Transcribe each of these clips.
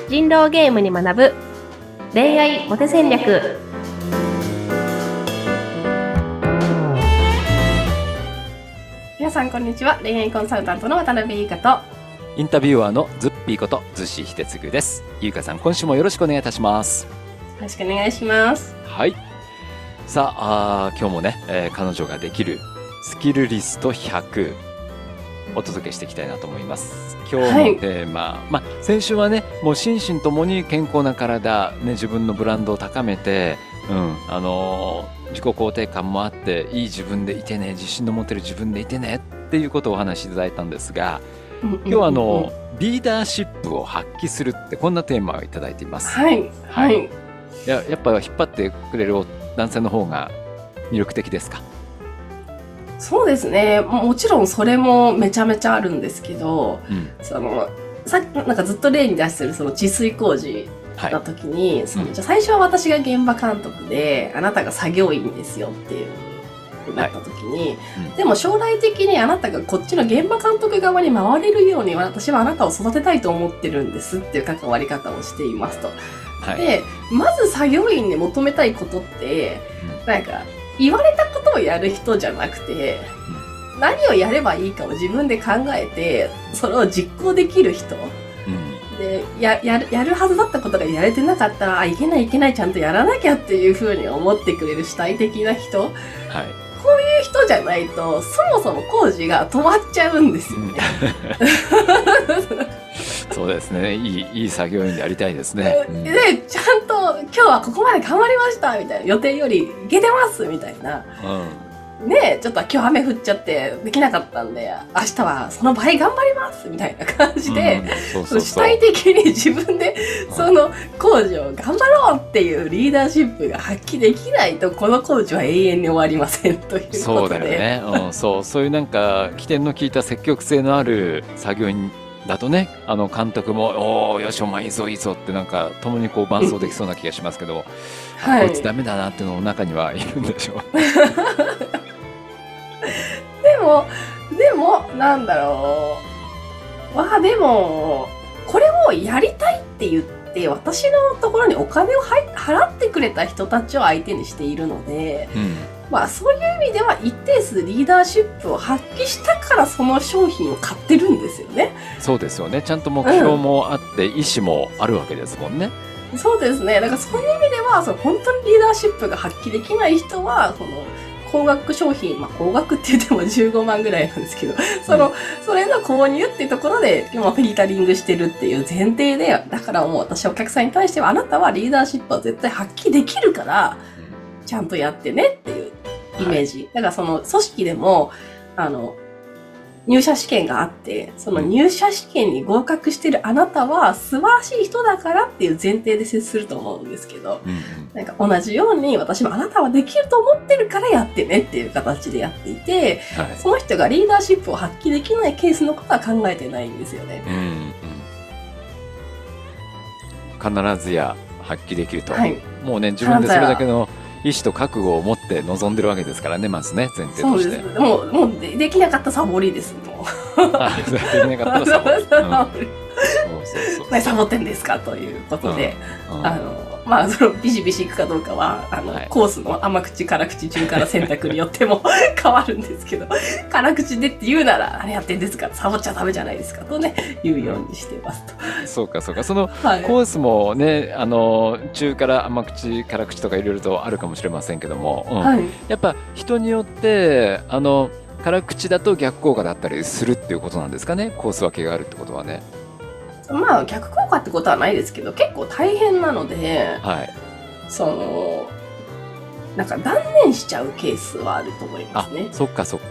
人狼ゲームに学ぶ恋愛モテ戦略。皆さんこんにちは。恋愛コンサルタントの渡辺優香とインタビュアーのズッピーことズシヒテツグです。優香さん、今週もよろしくお願いいたします。 よろしくお願いします。 はい。さあ、今日もね、彼女ができるスキルリスト100お届けしていきたいなと思います。今日のテーマ、先週はね、もう心身ともに健康な体、ね、自分のブランドを高めて、自己肯定感もあっていい自分でいてね、自信の持てる自分でいてねっていうことをお話しいただいたんですが、今日はリーダーシップを発揮するってこんなテーマをいただいています。 はい、はい、 やっぱ引っ張ってくれる男性の方が魅力的ですか？ そうですね。もちろんそれもめちゃめちゃあるんですけど、さっきなんかずっと例に出してるその治水工事の時に、じゃあ最初は私が現場監督で、あなたが作業員ですよっていうなった時に、でも将来的にあなたがこっちの現場監督側に回れるように私はあなたを育てたいと思ってるんですっていう関わり方をしていますと。で、まず作業員に求めたいことって、なんか言われたことをやる人じゃなくて、何をやればいいかを自分で考えて、それを実行できる人。で、やるはずだったことがやれてなかったら、いけない、ちゃんとやらなきゃっていう風に思ってくれる主体的な人。こういう人じゃないと、そもそも工事が止まっちゃうんですよね。 そうですね。いい作業員でありたいですね。 で、ちゃんと今日はここまで頑張りましたみたいな、予定よりいけてますみたいな。ね、ちょっと今日雨降っちゃってできなかったんで、明日はその倍頑張りますみたいな感じで、主体的に自分でその工事を頑張ろうっていうリーダーシップが発揮できないと、この工事は永遠に終わりませんということで。 そうだよね。そういうなんか起点の効いた積極性のある作業員だとね、監督もよしお前いいぞってなんか共にこう伴走できそうな気がしますけど、こいつダメだなっていうの中にはいるんでしょう。 でもなんだろう、でもこれをやりたいって言って私のところにお金を払ってくれた人たちを相手にしているので、そういう意味では一定数リーダーシップを発揮したからその商品を買ってるんですよね。 そうですよね。ちゃんと目標もあって、意思もあるわけですもんね。 そうですね。だからそういう意味では、本当にリーダーシップが発揮できない人は、高額商品、高額って言っても15万ぐらいなんですけど、それの購入っていうところで、今フィルタリングしてるっていう前提で、だからもう私お客さんに対しては、あなたはリーダーシップを絶対発揮できるから、ちゃんとやってねっていうイメージ。だから組織でも、入社試験があって、その入社試験に合格してるあなたは素晴らしい人だからっていう前提で接すると思うんですけど、なんか同じように私もあなたはできると思ってるからやってねっていう形でやっていて、その人がリーダーシップを発揮できないケースのことは考えてないんですよね。 必ずや発揮できると。もうね、自分でそれだけの意志と覚悟を持って臨んでるわけですからね、まずね、前提として。 そうです。もうできなかったサボりです、もう。 できなかったらサボり。 サボってんですかということで、ビシビシいくかどうかは、コースの甘口、辛口、中辛選択によっても変わるんですけど、辛口でって言うなら、あれやってんですか、サボっちゃダメじゃないですかとね、言うようにしてますと。 そうか。そのコースもね、中辛、甘口、辛口とかいろいろとあるかもしれませんけども、やっぱ人によって、辛口だと逆効果だったりするっていうことなんですかね、コース分けがあるってことはね。 逆効果ってことはないですけど、結構大変なので、なんか断念しちゃうケースはあると思いますね。 そっか。そう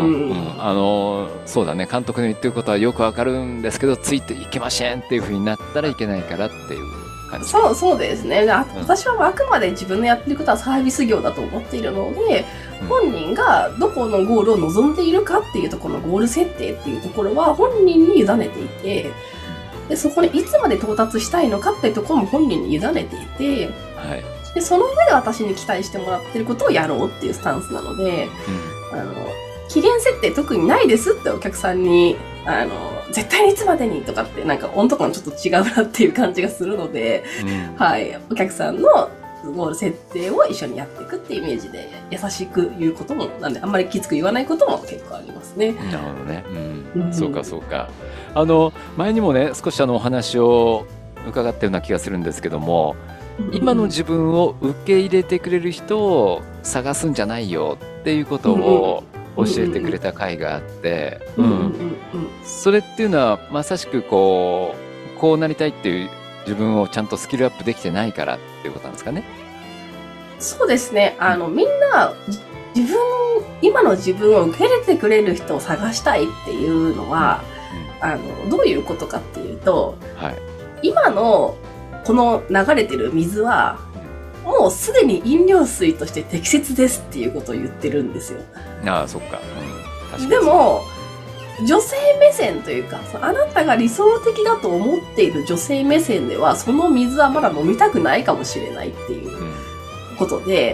だね。監督の言ってることはよくわかるんですけど、ついていけませんっていうふうになったらいけないからっていう感じ。 そうですね。私はあくまで自分のやってることはサービス業だと思っているので、本人がどこのゴールを望んでいるかっていうところのゴール設定っていうところは本人に委ねていて、でそこにいつまで到達したいのかっていうところも本人に委ねていて、でその上で私に期待してもらってることをやろうっていうスタンスなので、 期限設定特にないですってお客さんに、絶対にいつまでにとかってなんか温度感ちょっと違うなっていう感じがするので、はい。お客さんのゴール設定を一緒にやっていくっていうイメージで優しく言うことも、なんであんまりきつく言わないことも結構ありますね。 なるほどね。そうかそうか。前にもね、少しお話を伺ったような気がするんですけども、今の自分を受け入れてくれる人を探すんじゃないよっていうことを教えてくれた回があって、それっていうのはまさしくこうなりたいっていう自分をちゃんとスキルアップできてないからっていうことなんですかね。 そうですね。みんな今の自分を受け入れてくれる人を探したいっていうのは、どういうことかっていうと、今のこの流れてる水は、もうすでに飲料水として適切ですっていうことを言ってるんですよ。 ああ、そっか。確かにでも、女性目線というか、あなたが理想的だと思っている女性目線では、その水はまだ飲みたくないかもしれないっていうことで、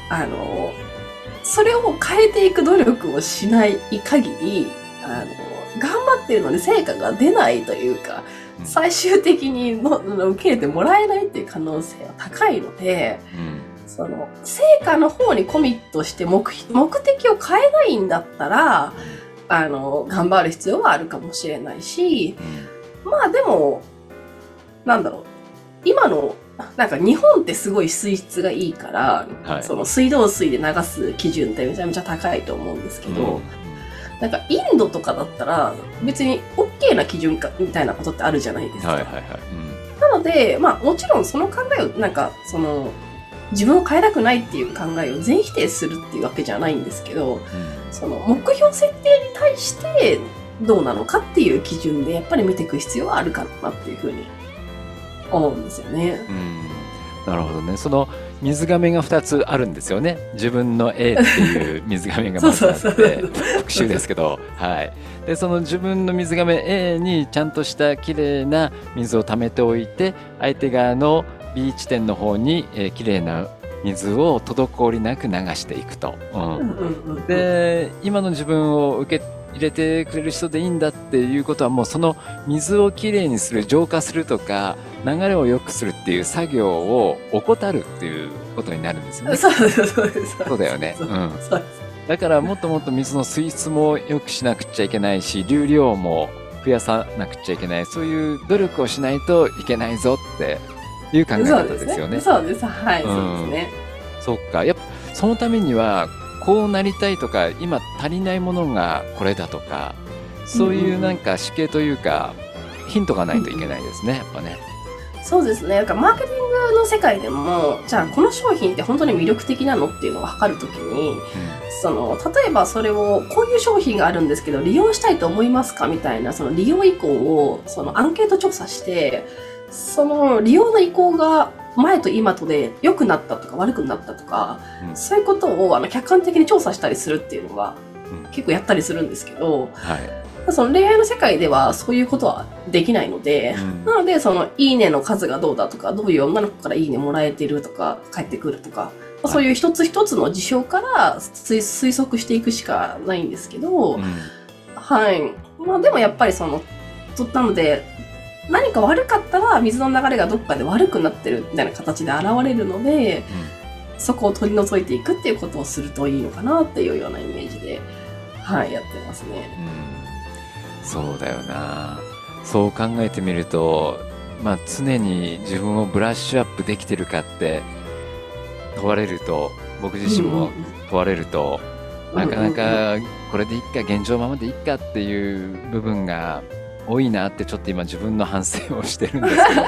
それを変えていく努力をしない限り、頑張ってるのに成果が出ないというか、最終的に受け入れてもらえないっていう可能性は高いので、その成果の方にコミットして目的を変えないんだったら、頑張る必要はあるかもしれないし、まあでも、なんだろう、今のなんか日本ってすごい水質がいいから、その水道水で流す基準ってめちゃめちゃ高いと思うんですけど、なんかインドとかだったら別に OK な基準かみたいなことってあるじゃないですか。なので、まあもちろんその考えをなんか自分を変えたくないっていう考えを全否定するっていうわけじゃないんですけど、その目標設定に対してどうなのかっていう基準でやっぱり見ていく必要はあるかなっていうふうに思うんですよね。 なるほどね。その水がめが2つあるんですよね。自分の A っていう水がめがまずあって復習ですけど、でその自分の水がめ A にちゃんとしたきれいな水を溜めておいて、相手側の B 地点の方にきれいな水を滞りなく流していくと。で今の自分を受け入れてくれる人でいいんだっていうことは、もうその水をきれいにする、浄化するとか流れを良くするっていう作業を怠るっていうことになるんですよね。そうだよね。だからもっともっと水の水質も良くしなくちゃいけないし、流量も増やさなくちゃいけない、そういう努力をしないといけないぞっていう考え方ですよね。 そうです。はい、そうですね。 そっか。やっぱそのためにはこうなりたいとか、今足りないものがこれだとか、そういうなんか指径というかヒントがないといけないですね、やっぱね。 そうですね。なんかマーケティングの世界でも、じゃあこの商品って本当に魅力的なのっていうのを測るときに、例えばそれをこういう商品があるんですけど利用したいと思いますかみたいな、その利用意向をアンケート調査して、その利用の意向が前と今とで良くなったとか悪くなったとか、そういうことを客観的に調査したりするっていうのは結構やったりするんですけど、その恋愛の世界ではそういうことはできないので、なのでいいねの数がどうだとか、どういう女の子からいいねもらえてるとか返ってくるとか、そういう一つ一つの事象から推測していくしかないんですけど、まあでもやっぱりなので何か悪かったら水の流れがどっかで悪くなってるみたいな形で現れるので、そこを取り除いていくっていうことをするといいのかなっていうようなイメージで、やってますね。 そうだよな。そう考えてみると、常に自分をブラッシュアップできてるかって問われると、僕自身も問われると、なかなかこれでいっか、現状ままでいっかっていう部分が多いなって、ちょっと今自分の反省をしてるんですけど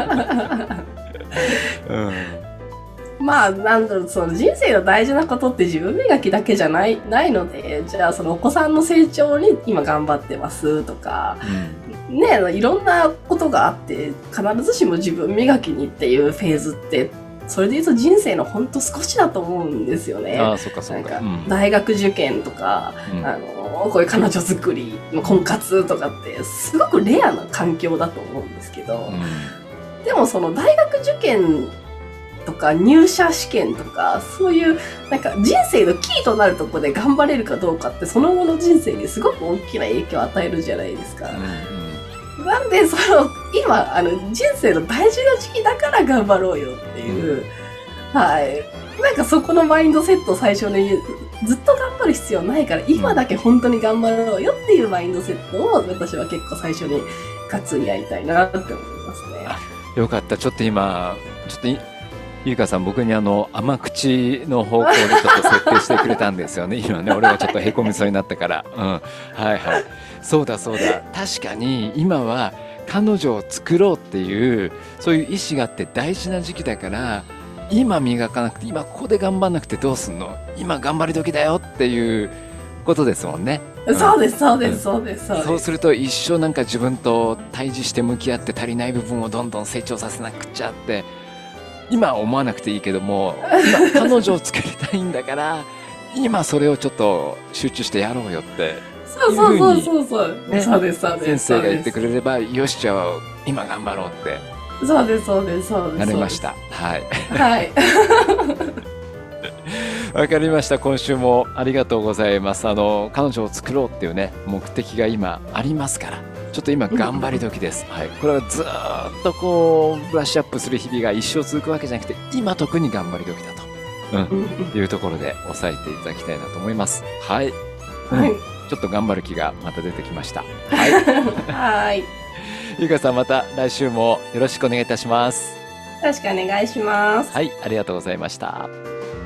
まあなんだろう、人生の大事なことって自分磨きだけじゃないので、じゃあお子さんの成長に今頑張ってますとか、いろんなことがあって、必ずしも自分磨きにっていうフェーズってそれで言うと人生のほんと少しだと思うんですよね。 そっかそっか。 大学受験とか、こういう彼女作りの婚活とかってすごくレアな環境だと思うんですけど、でも大学受験とか入社試験とか、そういうなんか人生のキーとなるところで頑張れるかどうかってその後の人生にすごく大きな影響を与えるじゃないですか。なんで今人生の大事な時期だから頑張ろうよっていう、はい。なんかそこのマインドセットを最初にずっと頑張る必要ないから今だけ本当に頑張ろうよっていうマインドセットを私は結構最初にガツンやりたいなって思いますね。 よかった。ちょっと今ゆいかさん僕に甘口の方向にちょっと設定してくれたんですよね。今ね俺はちょっとへこみそうになったから、はいはい、そうだそうだ。確かに今は彼女を作ろうっていうそういう意志があって大事な時期だから今磨かなくて今ここで頑張んなくてどうすんの、今頑張り時だよっていうことですもんね。 そうですそうですそうです。 そうすると一生なんか自分と対峙して向き合って足りない部分をどんどん成長させなくちゃって今は思わなくていいけども、今彼女を作りたいんだから今それをちょっと集中してやろうよってそうそうそうそうそう、ね、そうですそうです。 先生が言ってくれればよしじゃあ今頑張ろうってそうですそうですそうです。 なれました。はいはいわかりました。今週もありがとうございます。彼女を作ろうっていうね目的が今ありますからちょっと今頑張り時です、はい、これはずっとこうブラッシュアップする日々が一生続くわけじゃなくて今特に頑張り時だと、いうところで押さえていただきたいなと思います。はい、はい、ちょっと頑張る気がまた出てきました。はいはい、 ゆかさんまた来週もよろしくお願いいたします。 よろしくお願いします。 はい、ありがとうございました。